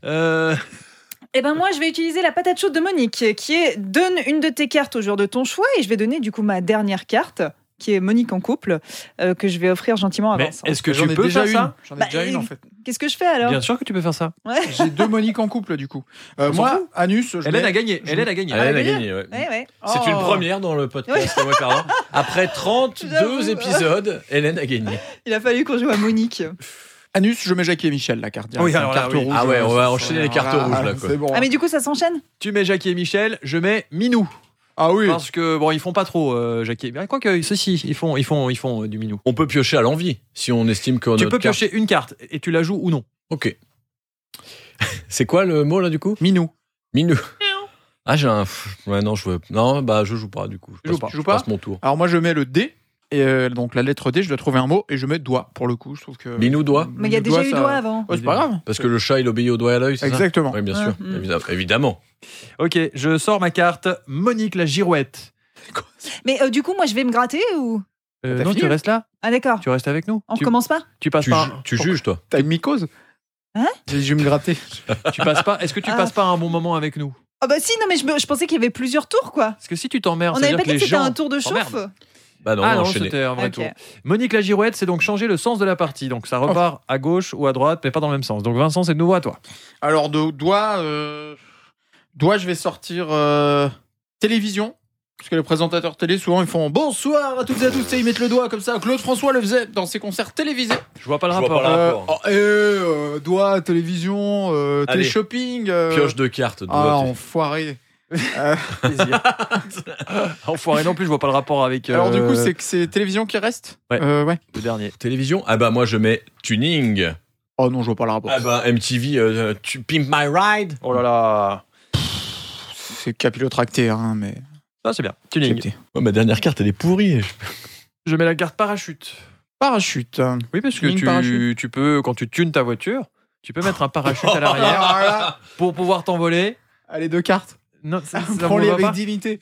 [SPEAKER 5] Eh ben moi, je vais utiliser la patate chaude de Monique, qui est donne une de tes cartes au joueur de ton choix, et je vais donner du coup ma dernière carte, qui est Monique en couple, que je vais offrir gentiment à
[SPEAKER 3] Mais
[SPEAKER 5] Vincent.
[SPEAKER 3] est-ce que
[SPEAKER 1] J'en
[SPEAKER 3] tu
[SPEAKER 1] ai
[SPEAKER 3] peux
[SPEAKER 1] déjà
[SPEAKER 3] faire ça
[SPEAKER 1] une. J'en ai
[SPEAKER 5] Bah,
[SPEAKER 1] déjà une en fait.
[SPEAKER 5] Qu'est-ce que je fais alors
[SPEAKER 3] Bien sûr que tu peux faire ça.
[SPEAKER 5] Ouais.
[SPEAKER 1] J'ai 2 Monique en couple du coup.
[SPEAKER 3] s'en
[SPEAKER 1] Moi,
[SPEAKER 3] fout.
[SPEAKER 1] anus. je
[SPEAKER 3] Hélène
[SPEAKER 1] mets-
[SPEAKER 3] a gagné.
[SPEAKER 1] je-
[SPEAKER 3] Hélène a gagné.
[SPEAKER 2] Elle a
[SPEAKER 5] Ah,
[SPEAKER 2] gagné, ouais.
[SPEAKER 5] Ouais.
[SPEAKER 2] C'est
[SPEAKER 1] Oh.
[SPEAKER 2] une première dans le podcast Moi Perdant. Après 32
[SPEAKER 5] J'avoue.
[SPEAKER 2] épisodes, Hélène a gagné.
[SPEAKER 5] Il a fallu qu'on joue à Monique.
[SPEAKER 1] Anus, je mets Jackie et Michel la carte.
[SPEAKER 3] Oui, alors là,
[SPEAKER 1] carte
[SPEAKER 3] oui.
[SPEAKER 1] rouge.
[SPEAKER 2] Ah ouais, on va enchaîner les cartes
[SPEAKER 1] Voilà,
[SPEAKER 2] rouges, là, quoi.
[SPEAKER 1] C'est bon.
[SPEAKER 5] Ah mais du coup, ça s'enchaîne.
[SPEAKER 3] Tu mets Jackie et Michel, je mets Minou.
[SPEAKER 1] Ah oui.
[SPEAKER 3] Parce que bon, ils font pas trop Jackie. Mais quoique, ceci, ils font du Minou.
[SPEAKER 2] On peut piocher à l'envie si on estime que
[SPEAKER 3] Tu
[SPEAKER 2] notre
[SPEAKER 3] peux
[SPEAKER 2] carte-
[SPEAKER 3] piocher une carte et tu la joues ou non.
[SPEAKER 2] Ok. C'est quoi le mot là du coup ?
[SPEAKER 1] Minou.
[SPEAKER 2] Minou. Ah j'ai un. Ouais non je veux. Non bah je joue pas du coup.
[SPEAKER 1] Tu joues pas.
[SPEAKER 2] Je passe mon tour.
[SPEAKER 1] Alors moi je mets le D. Et donc la lettre D, je dois trouver un mot et je mets doigt pour le coup. Je trouve que.
[SPEAKER 2] Minou doigt.
[SPEAKER 5] Mais il y a déjà eu
[SPEAKER 1] ça-
[SPEAKER 5] doigt avant.
[SPEAKER 1] Ouais, c'est pas grave.
[SPEAKER 2] Parce que le chat il obéit au doigt et à l'œil. C'est
[SPEAKER 1] Exactement.
[SPEAKER 2] Ça oui bien
[SPEAKER 5] Ah,
[SPEAKER 2] sûr. Évidemment.
[SPEAKER 3] Ok, je sors ma carte. Monique la girouette.
[SPEAKER 5] Mais du coup, moi, je vais me gratter ou
[SPEAKER 1] T'as
[SPEAKER 3] Non,
[SPEAKER 1] fini
[SPEAKER 3] tu restes là.
[SPEAKER 5] Ah d'accord.
[SPEAKER 3] Tu restes avec nous.
[SPEAKER 5] On
[SPEAKER 3] tu,
[SPEAKER 5] recommence pas
[SPEAKER 3] tu passes pas.
[SPEAKER 2] Tu juges toi.
[SPEAKER 1] T'as une mycose
[SPEAKER 5] Hein
[SPEAKER 1] Je vais me gratter.
[SPEAKER 3] Tu passes pas. Est-ce que tu
[SPEAKER 5] Ah.
[SPEAKER 3] passes pas un bon moment avec nous
[SPEAKER 5] Ah bah si, non mais je pensais qu'il y avait plusieurs tours quoi.
[SPEAKER 3] Parce que si tu t'emmerdes,
[SPEAKER 5] On
[SPEAKER 3] ça veut
[SPEAKER 5] n'avait
[SPEAKER 3] dire
[SPEAKER 5] pas
[SPEAKER 3] que
[SPEAKER 5] dit
[SPEAKER 3] les
[SPEAKER 5] que c'était
[SPEAKER 3] gens
[SPEAKER 5] un tour de chauffe.
[SPEAKER 3] s'emmerdent.
[SPEAKER 2] Bah non,
[SPEAKER 3] Ah
[SPEAKER 2] on va
[SPEAKER 3] non,
[SPEAKER 2] enchaîner.
[SPEAKER 3] c'était un vrai
[SPEAKER 5] Ok.
[SPEAKER 3] tour. Monique la girouette, c'est donc changer le sens de la partie. Donc ça repart à gauche ou à droite, mais pas dans le même sens. Donc Vincent, c'est de nouveau à toi.
[SPEAKER 1] Alors de doigt, je vais sortir télévision. Parce que les présentateurs télé, souvent, ils font bonsoir à toutes et à tous et ils mettent le doigt comme ça. Claude François le faisait dans ses concerts télévisés.
[SPEAKER 3] Je vois pas le
[SPEAKER 2] Je vois
[SPEAKER 3] rapport.
[SPEAKER 2] pas le rapport.
[SPEAKER 1] Doigt, télévision,
[SPEAKER 2] Allez.
[SPEAKER 1] télé-shopping.
[SPEAKER 2] Pioche de cartes.
[SPEAKER 1] Ah,
[SPEAKER 2] doigt,
[SPEAKER 1] enfoiré.
[SPEAKER 3] Plaisir. Enfoiré non plus, je vois pas le rapport avec.
[SPEAKER 1] Alors, du coup, c'est que c'est télévision qui reste
[SPEAKER 3] Ouais.
[SPEAKER 1] Ouais.
[SPEAKER 3] le dernier.
[SPEAKER 2] Télévision. Ah bah moi je mets tuning.
[SPEAKER 1] Oh non, je vois pas le rapport.
[SPEAKER 2] Ah bah MTV, tu Pimp My Ride.
[SPEAKER 3] Oh là là.
[SPEAKER 1] C'est capillotracté, hein, mais.
[SPEAKER 3] Ça, c'est bien. Tuning.
[SPEAKER 1] Capté.
[SPEAKER 2] Ouais, ma dernière carte elle est pourrie.
[SPEAKER 3] Je mets la carte parachute.
[SPEAKER 1] Parachute.
[SPEAKER 3] Oui, parce que
[SPEAKER 1] Tuning parachute.
[SPEAKER 3] tu peux, quand tu tunes ta voiture, tu peux mettre un parachute à l'arrière
[SPEAKER 1] Voilà.
[SPEAKER 3] pour pouvoir t'envoler.
[SPEAKER 1] Allez, 2 cartes.
[SPEAKER 3] Non, ça
[SPEAKER 1] Prends-les
[SPEAKER 3] va
[SPEAKER 1] avec
[SPEAKER 3] pas.
[SPEAKER 1] dignité.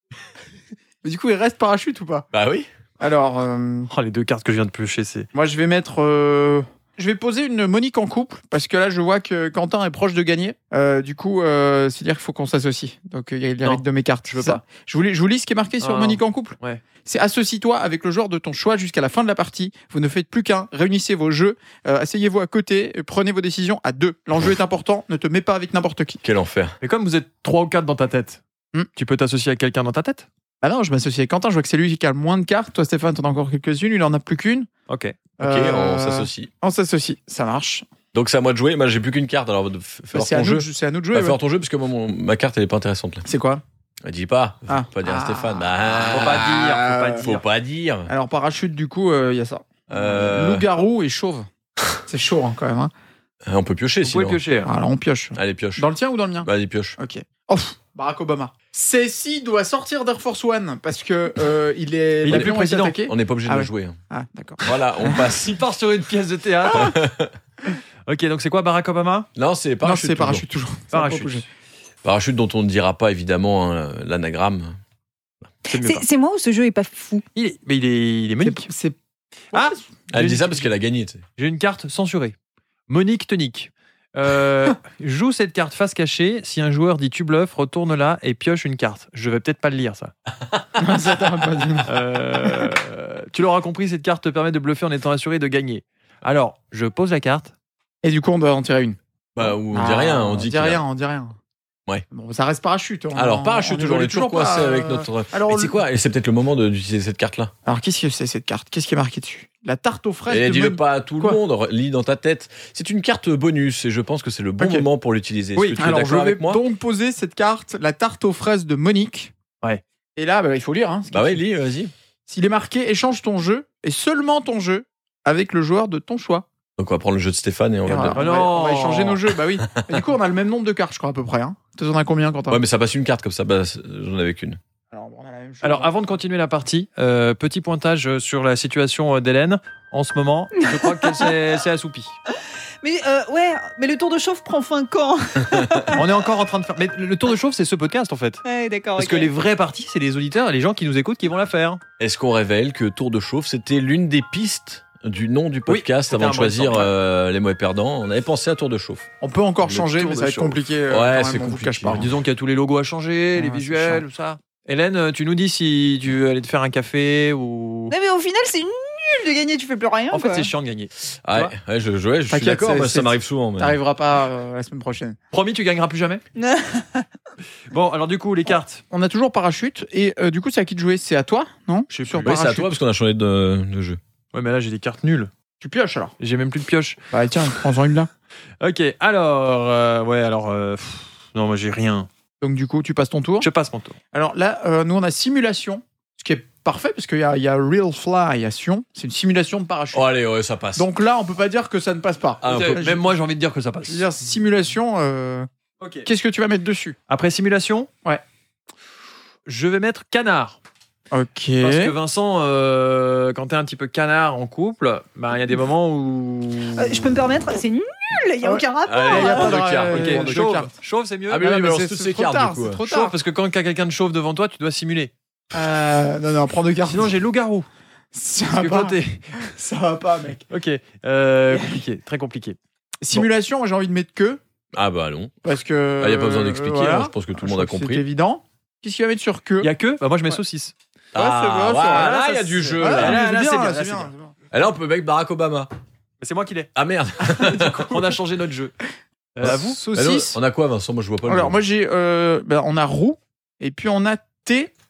[SPEAKER 1] Mais du coup, il reste parachute ou pas?
[SPEAKER 2] Bah oui.
[SPEAKER 1] Alors,
[SPEAKER 3] Oh, les 2 cartes que je viens de piocher, c'est.
[SPEAKER 1] moi, je vais mettre. Je vais poser une Monique en couple parce que là, je vois que Quentin est proche de gagner. Du coup, c'est-à-dire qu'il faut qu'on s'associe. Donc, il y a les
[SPEAKER 3] Non,
[SPEAKER 1] règles de mes cartes.
[SPEAKER 3] je veux
[SPEAKER 1] Ça.
[SPEAKER 3] pas.
[SPEAKER 1] Je vous lis ce qui est marqué sur
[SPEAKER 3] Ah,
[SPEAKER 1] Monique en couple.
[SPEAKER 3] ouais.
[SPEAKER 1] C'est associe-toi avec le joueur de ton choix jusqu'à la fin de la partie. Vous ne faites plus qu'un. Réunissez vos jeux. Asseyez-vous à côté. Prenez vos décisions à 2. L'enjeu est important. Ne te mets pas avec n'importe qui.
[SPEAKER 2] Quel enfer.
[SPEAKER 3] Mais comme vous êtes 3 ou 4 dans ta tête, tu peux t'associer avec quelqu'un dans ta tête.
[SPEAKER 1] Ah non, je m'associe avec Quentin. Je vois que c'est lui qui a le moins de cartes. Toi, Stéphane, t'en as encore quelques-unes. Il en a plus qu'une.
[SPEAKER 3] Ok.
[SPEAKER 2] Ok, on s'associe.
[SPEAKER 1] On s'associe. Ça marche.
[SPEAKER 2] Donc c'est à moi de jouer. Moi j'ai plus qu'une carte. Alors fais
[SPEAKER 1] C'est à,
[SPEAKER 2] ton jeu.
[SPEAKER 1] c'est à nous de jouer.
[SPEAKER 2] Bah,
[SPEAKER 1] ouais.
[SPEAKER 2] faire ton jeu parce que moi, ma carte elle est pas intéressante là.
[SPEAKER 1] C'est quoi?
[SPEAKER 2] Dis pas.
[SPEAKER 1] Ah.
[SPEAKER 2] Faut pas dire à
[SPEAKER 1] Ah.
[SPEAKER 2] Stéphane.
[SPEAKER 3] Faut pas dire, faut pas dire.
[SPEAKER 2] Faut pas dire.
[SPEAKER 1] Alors, parachute, du coup, il y a ça.
[SPEAKER 2] Euh,
[SPEAKER 1] Loup-garou et chauve. C'est chaud, hein, quand même. Hein.
[SPEAKER 2] On peut piocher
[SPEAKER 3] Vous
[SPEAKER 2] sinon.
[SPEAKER 3] pouvez piocher.
[SPEAKER 1] Alors, on pioche.
[SPEAKER 2] Allez pioche.
[SPEAKER 1] Dans le tien ou dans le mien?
[SPEAKER 2] Vas-y pioche.
[SPEAKER 1] Ok. Oh, Barack Obama. Ceci doit sortir d'Air Force One parce que il est.
[SPEAKER 3] Il est
[SPEAKER 1] l'avion
[SPEAKER 3] plus
[SPEAKER 1] a été
[SPEAKER 3] président.
[SPEAKER 1] attaqué.
[SPEAKER 2] On n'est pas obligé
[SPEAKER 1] Ah
[SPEAKER 2] de
[SPEAKER 1] ouais.
[SPEAKER 2] le jouer. hein.
[SPEAKER 1] Ah, d'accord.
[SPEAKER 2] Voilà, on passe.
[SPEAKER 3] Il part sur une pièce de théâtre. Ok, donc c'est quoi Barack Obama?
[SPEAKER 2] Non, c'est parachute.
[SPEAKER 1] non, c'est
[SPEAKER 2] toujours.
[SPEAKER 1] parachute toujours. Ça va pas
[SPEAKER 3] Parachute.
[SPEAKER 1] bouger.
[SPEAKER 2] Parachute dont on ne dira pas évidemment hein, l'anagramme.
[SPEAKER 3] C'est mieux pas.
[SPEAKER 5] C'est moi ou ce jeu est pas fou?
[SPEAKER 3] Mais il est Monique.
[SPEAKER 1] C'est.
[SPEAKER 3] Ah
[SPEAKER 2] Elle dit ça parce qu'elle a gagné. Tu sais.
[SPEAKER 3] J'ai une carte censurée. Monique Tonique. Joue cette carte face cachée. Si un joueur dit tu bluffes, retourne-la et pioche une carte. Je vais peut-être pas le lire, ça.
[SPEAKER 1] Ça t'a pas dit.
[SPEAKER 3] Tu l'auras compris, cette carte te permet de bluffer en étant assuré de gagner. Alors, je pose la carte.
[SPEAKER 1] Et du coup, on doit en tirer une.
[SPEAKER 2] Bah, ou on dit rien, on dit qu'il a-
[SPEAKER 1] rien, on dit rien.
[SPEAKER 2] Ouais.
[SPEAKER 1] Bon, ça reste parachute.
[SPEAKER 2] Alors parachute toujours, on est
[SPEAKER 1] évolue
[SPEAKER 2] toujours coincé
[SPEAKER 1] pas,
[SPEAKER 2] avec notre.
[SPEAKER 1] Alors,
[SPEAKER 2] Mais c'est quoi Et c'est peut-être le moment d'utiliser cette carte-là.
[SPEAKER 1] Alors, qu'est-ce que c'est cette carte? Qu'est-ce qui est marqué dessus? La tarte aux fraises.
[SPEAKER 2] Et
[SPEAKER 1] de
[SPEAKER 2] dis-le
[SPEAKER 1] Monique.
[SPEAKER 2] pas à tout
[SPEAKER 1] Quoi
[SPEAKER 2] le monde, lis dans ta tête. C'est une carte bonus et je pense que c'est le bon
[SPEAKER 1] Ok.
[SPEAKER 2] moment pour l'utiliser. Est-ce
[SPEAKER 1] Oui,
[SPEAKER 2] que tu es
[SPEAKER 1] alors je
[SPEAKER 2] d'accord
[SPEAKER 1] vais
[SPEAKER 2] avec moi
[SPEAKER 1] donc poser cette carte, la tarte aux fraises de Monique.
[SPEAKER 3] Ouais.
[SPEAKER 1] Et là, bah, il faut lire. Hein, ce
[SPEAKER 2] Bah
[SPEAKER 1] qui-
[SPEAKER 2] ouais, lis, vas-y.
[SPEAKER 1] S'il est marqué échange ton jeu et seulement ton jeu avec le joueur de ton choix.
[SPEAKER 2] Donc on va prendre le jeu de Stéphane et on
[SPEAKER 1] Et
[SPEAKER 2] va.
[SPEAKER 1] voilà,
[SPEAKER 3] Ah
[SPEAKER 1] on,
[SPEAKER 3] non.
[SPEAKER 1] va, on va échanger nos jeux. Bah oui. Et du coup, on a le même nombre de cartes, je crois à peu près. Hein. Tu en as combien, Quentin?
[SPEAKER 2] Ouais, mais ça passe une carte comme ça. Bah, j'en avais qu'une.
[SPEAKER 1] Alors, on a la même chose.
[SPEAKER 3] Alors, avant de continuer la partie, petit pointage sur la situation d'Hélène. En ce moment, je crois qu'elle s'est assoupie.
[SPEAKER 5] Mais ouais, mais le tour de chauffe prend fin quand?
[SPEAKER 3] On est encore en train de faire. Mais le tour de chauffe, c'est ce podcast en fait.
[SPEAKER 5] Ouais, d'accord.
[SPEAKER 3] Parce
[SPEAKER 5] ok.
[SPEAKER 3] que les vraies parties, c'est les auditeurs et les gens qui nous écoutent qui vont la faire.
[SPEAKER 2] Est-ce qu'on révèle que Tour de Chauffe, c'était l'une des pistes du nom du podcast
[SPEAKER 3] c'était
[SPEAKER 2] avant
[SPEAKER 3] un
[SPEAKER 2] de
[SPEAKER 3] bon
[SPEAKER 2] choisir
[SPEAKER 3] exemple,
[SPEAKER 2] les mauvais perdants? On avait pensé à Tour de Chauffe.
[SPEAKER 1] On peut encore
[SPEAKER 3] Le
[SPEAKER 1] changer,
[SPEAKER 3] tour
[SPEAKER 1] mais
[SPEAKER 3] de
[SPEAKER 1] ça va être
[SPEAKER 3] chauffe.
[SPEAKER 1] compliqué.
[SPEAKER 2] Ouais,
[SPEAKER 1] quand même,
[SPEAKER 2] c'est
[SPEAKER 1] on vous
[SPEAKER 2] compliqué.
[SPEAKER 1] cache pas.
[SPEAKER 3] Disons qu'il y a tous les logos à changer, les
[SPEAKER 1] c'est
[SPEAKER 3] visuels, tout ça. Hélène, tu nous dis si tu veux aller te faire un café ou.
[SPEAKER 5] Non, mais au final, c'est nul de gagner, tu fais plus rien.
[SPEAKER 3] En fait,
[SPEAKER 5] quoi.
[SPEAKER 3] c'est chiant de gagner.
[SPEAKER 2] Ouais, je suis
[SPEAKER 1] T'inquiète,
[SPEAKER 2] d'accord,
[SPEAKER 1] c'est-
[SPEAKER 2] moi,
[SPEAKER 1] c'est-
[SPEAKER 2] ça m'arrive souvent. mais-
[SPEAKER 1] T'arriveras pas la semaine prochaine.
[SPEAKER 3] Promis, tu gagneras plus jamais. Bon, alors du coup, les cartes.
[SPEAKER 1] On a toujours parachute et du coup, c'est à qui de jouer? C'est à toi, non?
[SPEAKER 3] Je sais
[SPEAKER 1] Sur
[SPEAKER 3] plus.
[SPEAKER 2] Oui, c'est à
[SPEAKER 1] parachute.
[SPEAKER 2] toi parce qu'on a changé de jeu.
[SPEAKER 3] Ouais, mais là, j'ai des cartes nulles.
[SPEAKER 1] Tu pioches alors.
[SPEAKER 3] J'ai même plus de pioche.
[SPEAKER 1] Bah tiens, prends-en une là.
[SPEAKER 3] Ok, alors. Non, moi, j'ai rien.
[SPEAKER 1] Donc du coup, tu passes ton tour.
[SPEAKER 3] Je passe mon tour.
[SPEAKER 1] Alors là, nous on a simulation, ce qui est parfait parce qu'il y a Real Flyation, c'est une simulation de parachute.
[SPEAKER 2] Oh, allez, ouais, ça passe.
[SPEAKER 1] Donc là, on peut pas dire que ça ne passe pas.
[SPEAKER 2] Ah, on peut-
[SPEAKER 3] Même moi, j'ai envie de dire que ça passe.
[SPEAKER 1] Je veux dire, simulation,
[SPEAKER 3] Ok.
[SPEAKER 1] qu'est-ce que tu vas mettre dessus?
[SPEAKER 3] Après simulation.
[SPEAKER 1] Ouais.
[SPEAKER 3] Je vais mettre canard.
[SPEAKER 1] Ok.
[SPEAKER 3] Parce que Vincent, quand t'es un petit peu canard en couple, bah il y a des moments où.
[SPEAKER 5] Je peux me permettre, c'est nul, il n'y a
[SPEAKER 1] Ah ouais.
[SPEAKER 5] aucun rapport.
[SPEAKER 2] Allez,
[SPEAKER 1] il y a pas
[SPEAKER 2] deux
[SPEAKER 1] de-
[SPEAKER 2] cartes.
[SPEAKER 1] Ok,
[SPEAKER 2] Ok,
[SPEAKER 1] deux
[SPEAKER 3] chauve.
[SPEAKER 1] cartes.
[SPEAKER 3] Chauve, c'est mieux.
[SPEAKER 2] Ah, mais
[SPEAKER 1] Ah,
[SPEAKER 2] oui,
[SPEAKER 1] mais
[SPEAKER 2] balance
[SPEAKER 1] c'est
[SPEAKER 2] toutes
[SPEAKER 1] c'est
[SPEAKER 2] ces
[SPEAKER 1] trop
[SPEAKER 2] cartes,
[SPEAKER 1] tard,
[SPEAKER 2] du coup.
[SPEAKER 1] c'est trop
[SPEAKER 3] Chauve,
[SPEAKER 1] tard.
[SPEAKER 3] parce que quand t'as quelqu'un de chauve devant toi, tu dois simuler.
[SPEAKER 1] Non, prends deux cartes.
[SPEAKER 3] Sinon, j'ai loup-garou.
[SPEAKER 1] ça
[SPEAKER 3] Parce
[SPEAKER 1] va
[SPEAKER 3] que
[SPEAKER 1] pas.
[SPEAKER 3] quand t'es-
[SPEAKER 1] Ça va pas, mec.
[SPEAKER 3] Ok, compliqué, très compliqué.
[SPEAKER 1] Simulation, moi j'ai envie de mettre que
[SPEAKER 2] Ah, bah, allons.
[SPEAKER 1] parce que.
[SPEAKER 2] Il n'y a pas besoin d'expliquer,
[SPEAKER 1] voilà.
[SPEAKER 2] hein, je pense que tout le
[SPEAKER 1] Je
[SPEAKER 2] monde a
[SPEAKER 1] crois que
[SPEAKER 2] compris.
[SPEAKER 1] C'est évident. Qu'est-ce qu'il va mettre sur que?
[SPEAKER 3] Il y a que, bah moi je mets
[SPEAKER 1] Ouais.
[SPEAKER 3] saucisse.
[SPEAKER 1] Ouais, c'est bon, c'est
[SPEAKER 2] voilà,
[SPEAKER 1] bon.
[SPEAKER 2] là, il y a
[SPEAKER 1] ça,
[SPEAKER 2] du
[SPEAKER 1] c'est-
[SPEAKER 2] jeu.
[SPEAKER 1] Ouais,
[SPEAKER 2] là.
[SPEAKER 1] mais
[SPEAKER 3] là,
[SPEAKER 1] c'est
[SPEAKER 3] là,
[SPEAKER 1] bien,
[SPEAKER 3] c'est bien,
[SPEAKER 1] c'est
[SPEAKER 3] là, c'est
[SPEAKER 1] bien,
[SPEAKER 3] bien.
[SPEAKER 1] c'est bien.
[SPEAKER 2] Et là, on peut mettre Barack Obama.
[SPEAKER 3] C'est moi qui l'ai.
[SPEAKER 2] Ah, merde.
[SPEAKER 3] On a changé notre jeu. À vous
[SPEAKER 2] Bah non,
[SPEAKER 1] Saucisse.
[SPEAKER 2] on a quoi, Vincent? Moi, je vois pas le
[SPEAKER 1] Alors
[SPEAKER 2] jeu.
[SPEAKER 1] moi j'ai, on a roux et puis on a thé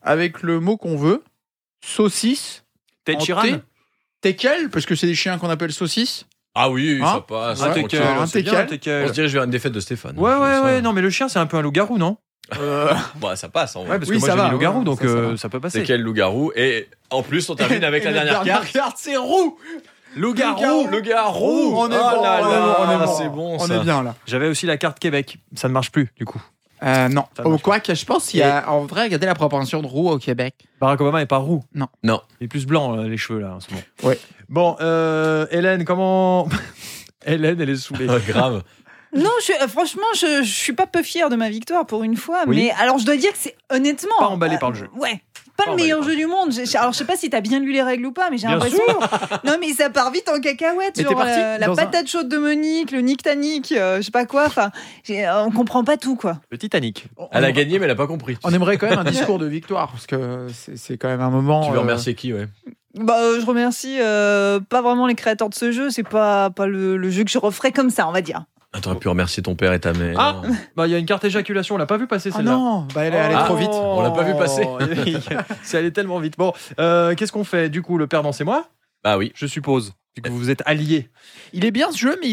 [SPEAKER 1] avec le mot qu'on veut. Saucisse.
[SPEAKER 3] Ted
[SPEAKER 1] en
[SPEAKER 3] Sheeran.
[SPEAKER 1] T. Teckel, parce que c'est des chiens qu'on appelle saucisses.
[SPEAKER 2] Ah oui,
[SPEAKER 1] Hein
[SPEAKER 2] ça passe.
[SPEAKER 1] Un
[SPEAKER 2] tranquille.
[SPEAKER 1] teckel. Un
[SPEAKER 3] c'est bien,
[SPEAKER 1] teckel.
[SPEAKER 3] un teckel.
[SPEAKER 2] On se dirige vers une défaite de Stéphane.
[SPEAKER 3] Ouais, non, mais le chien, c'est un peu un loup-garou, non?
[SPEAKER 2] Bah, ça passe en
[SPEAKER 3] Ouais,
[SPEAKER 2] vrai.
[SPEAKER 3] parce
[SPEAKER 1] Oui,
[SPEAKER 3] que moi
[SPEAKER 1] ça
[SPEAKER 3] j'ai
[SPEAKER 1] va,
[SPEAKER 3] mis loup-garou,
[SPEAKER 1] ouais,
[SPEAKER 3] donc
[SPEAKER 1] ça va.
[SPEAKER 3] ça peut passer.
[SPEAKER 2] C'est quel loup-garou? Et en plus, on termine avec
[SPEAKER 1] Et
[SPEAKER 2] la dernière carte.
[SPEAKER 1] c'est roux.
[SPEAKER 3] Loup-garou.
[SPEAKER 2] Le garou.
[SPEAKER 1] On est
[SPEAKER 2] Oh
[SPEAKER 1] bon,
[SPEAKER 2] là là,
[SPEAKER 1] on est bon.
[SPEAKER 2] c'est bon.
[SPEAKER 1] On
[SPEAKER 2] ça.
[SPEAKER 1] est bien là.
[SPEAKER 3] J'avais aussi la carte Québec. Ça ne marche plus, du coup.
[SPEAKER 1] Non.
[SPEAKER 3] Ça marche
[SPEAKER 1] Quoi que je pense qu'il y a en vrai, regardez la proportion de roux au Québec.
[SPEAKER 3] Barack Obama est pas roux.
[SPEAKER 1] Non.
[SPEAKER 3] Il est plus blanc, les cheveux, là, en ce moment.
[SPEAKER 1] Ouais.
[SPEAKER 3] Bon, Hélène, comment. Hélène, elle est saoulée.
[SPEAKER 2] Grave.
[SPEAKER 5] Non, franchement, je suis pas peu fière de ma victoire pour une fois.
[SPEAKER 3] Oui.
[SPEAKER 5] Mais alors, je dois dire que c'est honnêtement.
[SPEAKER 3] Pas emballé par le jeu.
[SPEAKER 5] Ouais. Pas le meilleur jeu du monde. Alors, je sais pas si t'as bien lu les règles ou pas, mais j'ai
[SPEAKER 3] Bien
[SPEAKER 5] l'impression. Non, mais ça part vite en cacahuète.
[SPEAKER 1] Mais
[SPEAKER 5] Genre
[SPEAKER 1] t'es parti
[SPEAKER 5] la
[SPEAKER 1] dans
[SPEAKER 5] patate chaude de Monique, le Nick Tanic, je sais pas quoi. Enfin, on comprend pas tout, quoi.
[SPEAKER 3] Le Titanic.
[SPEAKER 2] Elle a gagné, mais elle a pas compris.
[SPEAKER 1] On aimerait quand même un discours de victoire parce que c'est quand même un moment.
[SPEAKER 2] Tu veux remercier qui, ouais?
[SPEAKER 5] Bah, je remercie pas vraiment les créateurs de ce jeu. C'est pas le jeu que je referais comme ça, on va dire.
[SPEAKER 2] Ah, t'aurais pu remercier ton père et ta mère.
[SPEAKER 3] Ah, bah, il y a une carte éjaculation, on l'a pas vu passer
[SPEAKER 1] Oh
[SPEAKER 3] celle-là.
[SPEAKER 1] non, bah elle est allée trop vite.
[SPEAKER 2] On l'a pas vu passer.
[SPEAKER 3] C'est allé tellement vite. Bon, qu'est-ce qu'on fait? Du coup, le perdant, c'est moi,
[SPEAKER 2] Bah oui.
[SPEAKER 3] je suppose. Vu que vous êtes alliés.
[SPEAKER 1] Il est bien ce jeu, mais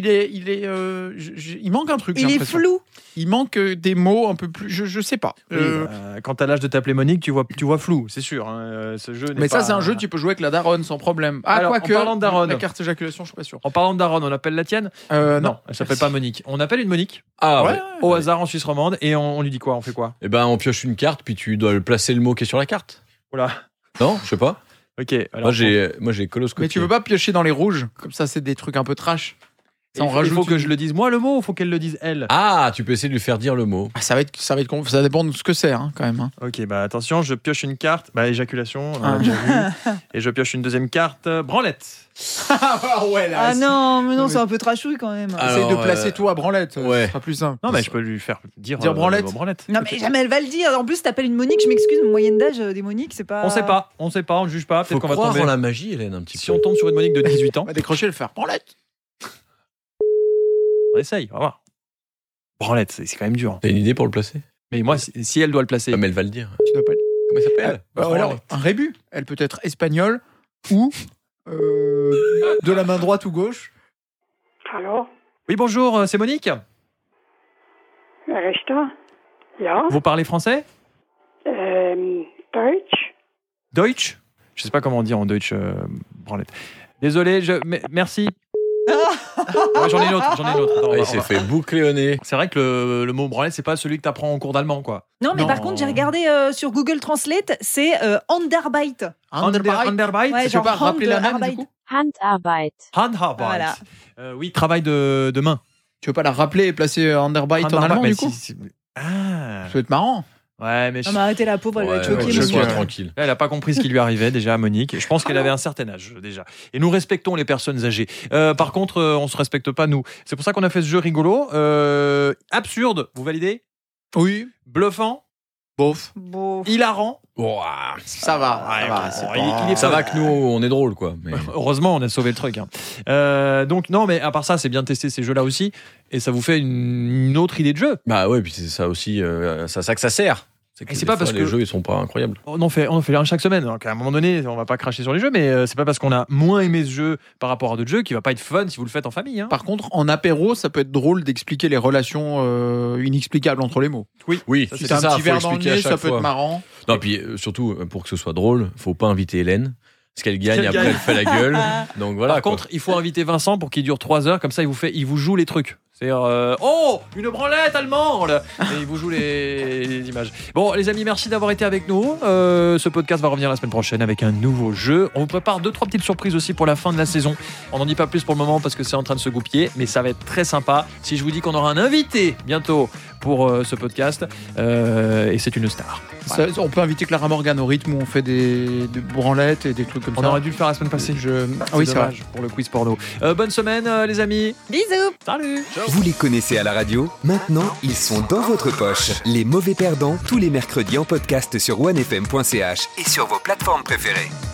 [SPEAKER 1] il manque un truc. j'ai
[SPEAKER 5] Il est
[SPEAKER 1] l'impression.
[SPEAKER 5] flou.
[SPEAKER 1] Il manque des mots un peu plus. Je sais pas.
[SPEAKER 3] Quand t'as l'âge de t'appeler Monique, tu vois flou, c'est sûr. Hein. Ce jeu n'est
[SPEAKER 1] Mais ça,
[SPEAKER 3] pas-
[SPEAKER 1] c'est un jeu, tu peux jouer avec la daronne sans problème. Ah,
[SPEAKER 3] Alors,
[SPEAKER 1] quoique.
[SPEAKER 3] en parlant de daronne.
[SPEAKER 1] La carte éjaculation, je suis pas sûr.
[SPEAKER 3] En parlant de Daron, on appelle la tienne?
[SPEAKER 1] Non.
[SPEAKER 3] Elle s'appelle pas Monique. On appelle une Monique
[SPEAKER 2] Ah ouais.
[SPEAKER 1] Ouais.
[SPEAKER 3] au hasard en Suisse romande et on lui dit quoi? On fait quoi?
[SPEAKER 2] Eh ben, on pioche une carte, puis tu dois placer le mot qui est sur la carte.
[SPEAKER 3] Voilà.
[SPEAKER 2] Non, je sais pas.
[SPEAKER 3] Ok. Alors,
[SPEAKER 2] Moi, j'ai coloscopié.
[SPEAKER 1] Mais tu veux pas piocher dans les rouges. Comme ça, c'est des trucs un peu trash. Ça, on
[SPEAKER 3] il
[SPEAKER 1] rajoute
[SPEAKER 3] faut que
[SPEAKER 1] une-
[SPEAKER 3] je le dise moi le mot ou faut qu'elle le dise elle?
[SPEAKER 2] Ah, tu peux essayer de lui faire dire le mot.
[SPEAKER 1] Ah, ça dépend de ce que c'est, hein, quand même. Hein.
[SPEAKER 3] Ok, bah attention, je pioche une carte. Bah, éjaculation, on a déjà vu. Et je pioche une deuxième carte, branlette.
[SPEAKER 1] Ah ouais,
[SPEAKER 5] Ah non, mais
[SPEAKER 1] Non,
[SPEAKER 5] non,
[SPEAKER 1] mais-
[SPEAKER 5] c'est un peu trashouille quand même.
[SPEAKER 2] Ah,
[SPEAKER 1] Essaye de
[SPEAKER 2] Alors,
[SPEAKER 1] placer tout à branlette.
[SPEAKER 2] ouais.
[SPEAKER 1] Ce sera plus simple.
[SPEAKER 3] Non, mais je peux lui faire dire
[SPEAKER 1] branlette.
[SPEAKER 3] le mot branlette.
[SPEAKER 5] Non, mais jamais elle va le dire. En plus, t'appelles une Monique, je m'excuse, mais moyenne d'âge des Moniques, c'est pas.
[SPEAKER 3] On sait pas, on ne juge pas.
[SPEAKER 2] Faut
[SPEAKER 3] Peut-être qu'on va
[SPEAKER 2] croire
[SPEAKER 3] tomber.
[SPEAKER 2] en la magie, Hélène, un petit
[SPEAKER 3] Si
[SPEAKER 2] peu.
[SPEAKER 3] on tombe sur une Monique de 18 ans,
[SPEAKER 1] On va décrocher et le faire. Branlette.
[SPEAKER 3] on essaye, on va voir. Branlette, c'est quand même dur.
[SPEAKER 2] T'as une idée pour le placer?
[SPEAKER 3] Mais moi, si elle doit le placer.
[SPEAKER 2] Ah, mais elle va le dire.
[SPEAKER 1] Tu dois pas le-
[SPEAKER 2] Comment elle s'appelle?
[SPEAKER 1] alors, un rébut. Elle peut être espagnole ou de la main droite ou gauche.
[SPEAKER 6] Hallo,
[SPEAKER 3] Oui, bonjour, c'est Monique.
[SPEAKER 6] Richter? Ja,
[SPEAKER 3] Vous parlez français?
[SPEAKER 6] Deutsch?
[SPEAKER 3] Deutsch? Je sais pas comment on dit en Deutsch, branlette. Désolé, merci. Ouais, j'en ai une autre. Attends,
[SPEAKER 2] Ah,
[SPEAKER 3] on
[SPEAKER 2] il
[SPEAKER 3] va-
[SPEAKER 2] s'est fait boucler au nez.
[SPEAKER 3] C'est vrai que le mot branlette, c'est pas celui que t'apprends en cours d'allemand, quoi.
[SPEAKER 5] Non, mais
[SPEAKER 3] Non.
[SPEAKER 5] par contre, j'ai regardé sur Google Translate, c'est Handarbeit.
[SPEAKER 3] Handarbeit.
[SPEAKER 5] Ouais,
[SPEAKER 1] Tu peux
[SPEAKER 5] genre
[SPEAKER 1] pas rappeler la même
[SPEAKER 5] Handarbeit.
[SPEAKER 1] du coup
[SPEAKER 7] Handarbeit.
[SPEAKER 3] Handarbeit.
[SPEAKER 5] Voilà.
[SPEAKER 3] Oui, travail de main.
[SPEAKER 1] Tu veux pas la rappeler et placer Handarbeit en
[SPEAKER 3] Handarbeit,
[SPEAKER 1] allemand
[SPEAKER 3] mais
[SPEAKER 1] du coup
[SPEAKER 3] Ah.
[SPEAKER 1] Ça peut être marrant.
[SPEAKER 3] Ouais, mais
[SPEAKER 5] Non, mais arrêtez la pauvre, elle va être
[SPEAKER 2] Ouais,
[SPEAKER 5] choquée.
[SPEAKER 2] je
[SPEAKER 5] monsieur.
[SPEAKER 2] sois tranquille.
[SPEAKER 3] elle a pas compris ce qui lui arrivait déjà à Monique. Je pense qu'elle avait un certain âge déjà. Et nous respectons les personnes âgées. Par contre, on se respecte pas nous. C'est pour ça qu'on a fait ce jeu rigolo. Absurde, vous validez?
[SPEAKER 1] Oui.
[SPEAKER 3] Bluffant,
[SPEAKER 1] Bof.
[SPEAKER 5] Bon.
[SPEAKER 3] hilarant.
[SPEAKER 2] Ouah.
[SPEAKER 1] Ça va.
[SPEAKER 3] Ouais,
[SPEAKER 1] Ça va.
[SPEAKER 3] bon,
[SPEAKER 1] c'est
[SPEAKER 3] il est
[SPEAKER 2] Ça
[SPEAKER 3] fun.
[SPEAKER 2] va que nous, on est drôle, quoi. Mais...
[SPEAKER 3] Heureusement, on a sauvé le truc. Hein. Donc non, mais à part ça, c'est bien de tester ces jeux-là aussi. Et ça vous fait une autre idée de jeu.
[SPEAKER 2] Bah ouais, puis c'est ça aussi, c'est à ça que ça sert. C'est que
[SPEAKER 3] Et c'est
[SPEAKER 2] des
[SPEAKER 3] pas
[SPEAKER 2] fois,
[SPEAKER 3] parce
[SPEAKER 2] les
[SPEAKER 3] que-
[SPEAKER 2] jeux, ils sont pas incroyables.
[SPEAKER 3] On en fait un chaque semaine. Donc à un moment donné, on va pas cracher sur les jeux, mais c'est pas parce qu'on a moins aimé ce jeu par rapport à d'autres jeux qu'il va pas être fun si vous le faites en famille. Hein.
[SPEAKER 1] Par contre, en apéro, ça peut être drôle d'expliquer les relations inexplicables entre les mots.
[SPEAKER 2] Oui,
[SPEAKER 3] Ça,
[SPEAKER 1] Si
[SPEAKER 2] c'est
[SPEAKER 1] t'as
[SPEAKER 2] ça,
[SPEAKER 1] un petit
[SPEAKER 2] faut
[SPEAKER 1] verre dans le
[SPEAKER 2] expliquer à
[SPEAKER 1] nez, ça
[SPEAKER 2] chaque
[SPEAKER 1] peut
[SPEAKER 2] fois.
[SPEAKER 1] être marrant.
[SPEAKER 2] Non, puis surtout, pour que ce soit drôle, faut pas inviter Hélène. Parce qu'elle gagne,
[SPEAKER 3] Qu'elle
[SPEAKER 2] après
[SPEAKER 3] gagne.
[SPEAKER 2] elle fait la gueule. Donc voilà.
[SPEAKER 3] Par
[SPEAKER 2] quoi.
[SPEAKER 3] contre, il faut inviter Vincent pour qu'il dure 3 heures, comme ça il vous joue les trucs. C'est-à-dire, oh, une branlette allemande. Et il vous joue les images. Bon, les amis, merci d'avoir été avec nous. Ce podcast va revenir la semaine prochaine avec un nouveau jeu. On vous prépare 2-3 petites surprises aussi pour la fin de la saison. On n'en dit pas plus pour le moment parce que c'est en train de se goupiller, mais ça va être très sympa. Si je vous dis qu'on aura un invité bientôt pour ce podcast, et c'est une star.
[SPEAKER 1] Ça, on peut inviter Clara Morgan au rythme où on fait des branlettes et des trucs comme
[SPEAKER 3] On
[SPEAKER 1] ça.
[SPEAKER 3] aurait dû le faire la semaine passée.
[SPEAKER 1] Ah oui, c'est vrai.
[SPEAKER 3] dommage pour le quiz porno. Bonne semaine, les amis.
[SPEAKER 5] Bisous.
[SPEAKER 3] Salut.
[SPEAKER 4] Vous les connaissez à la radio? Maintenant, ils sont dans votre poche. Les mauvais perdants, tous les mercredis en podcast sur onefm.ch et sur vos plateformes préférées.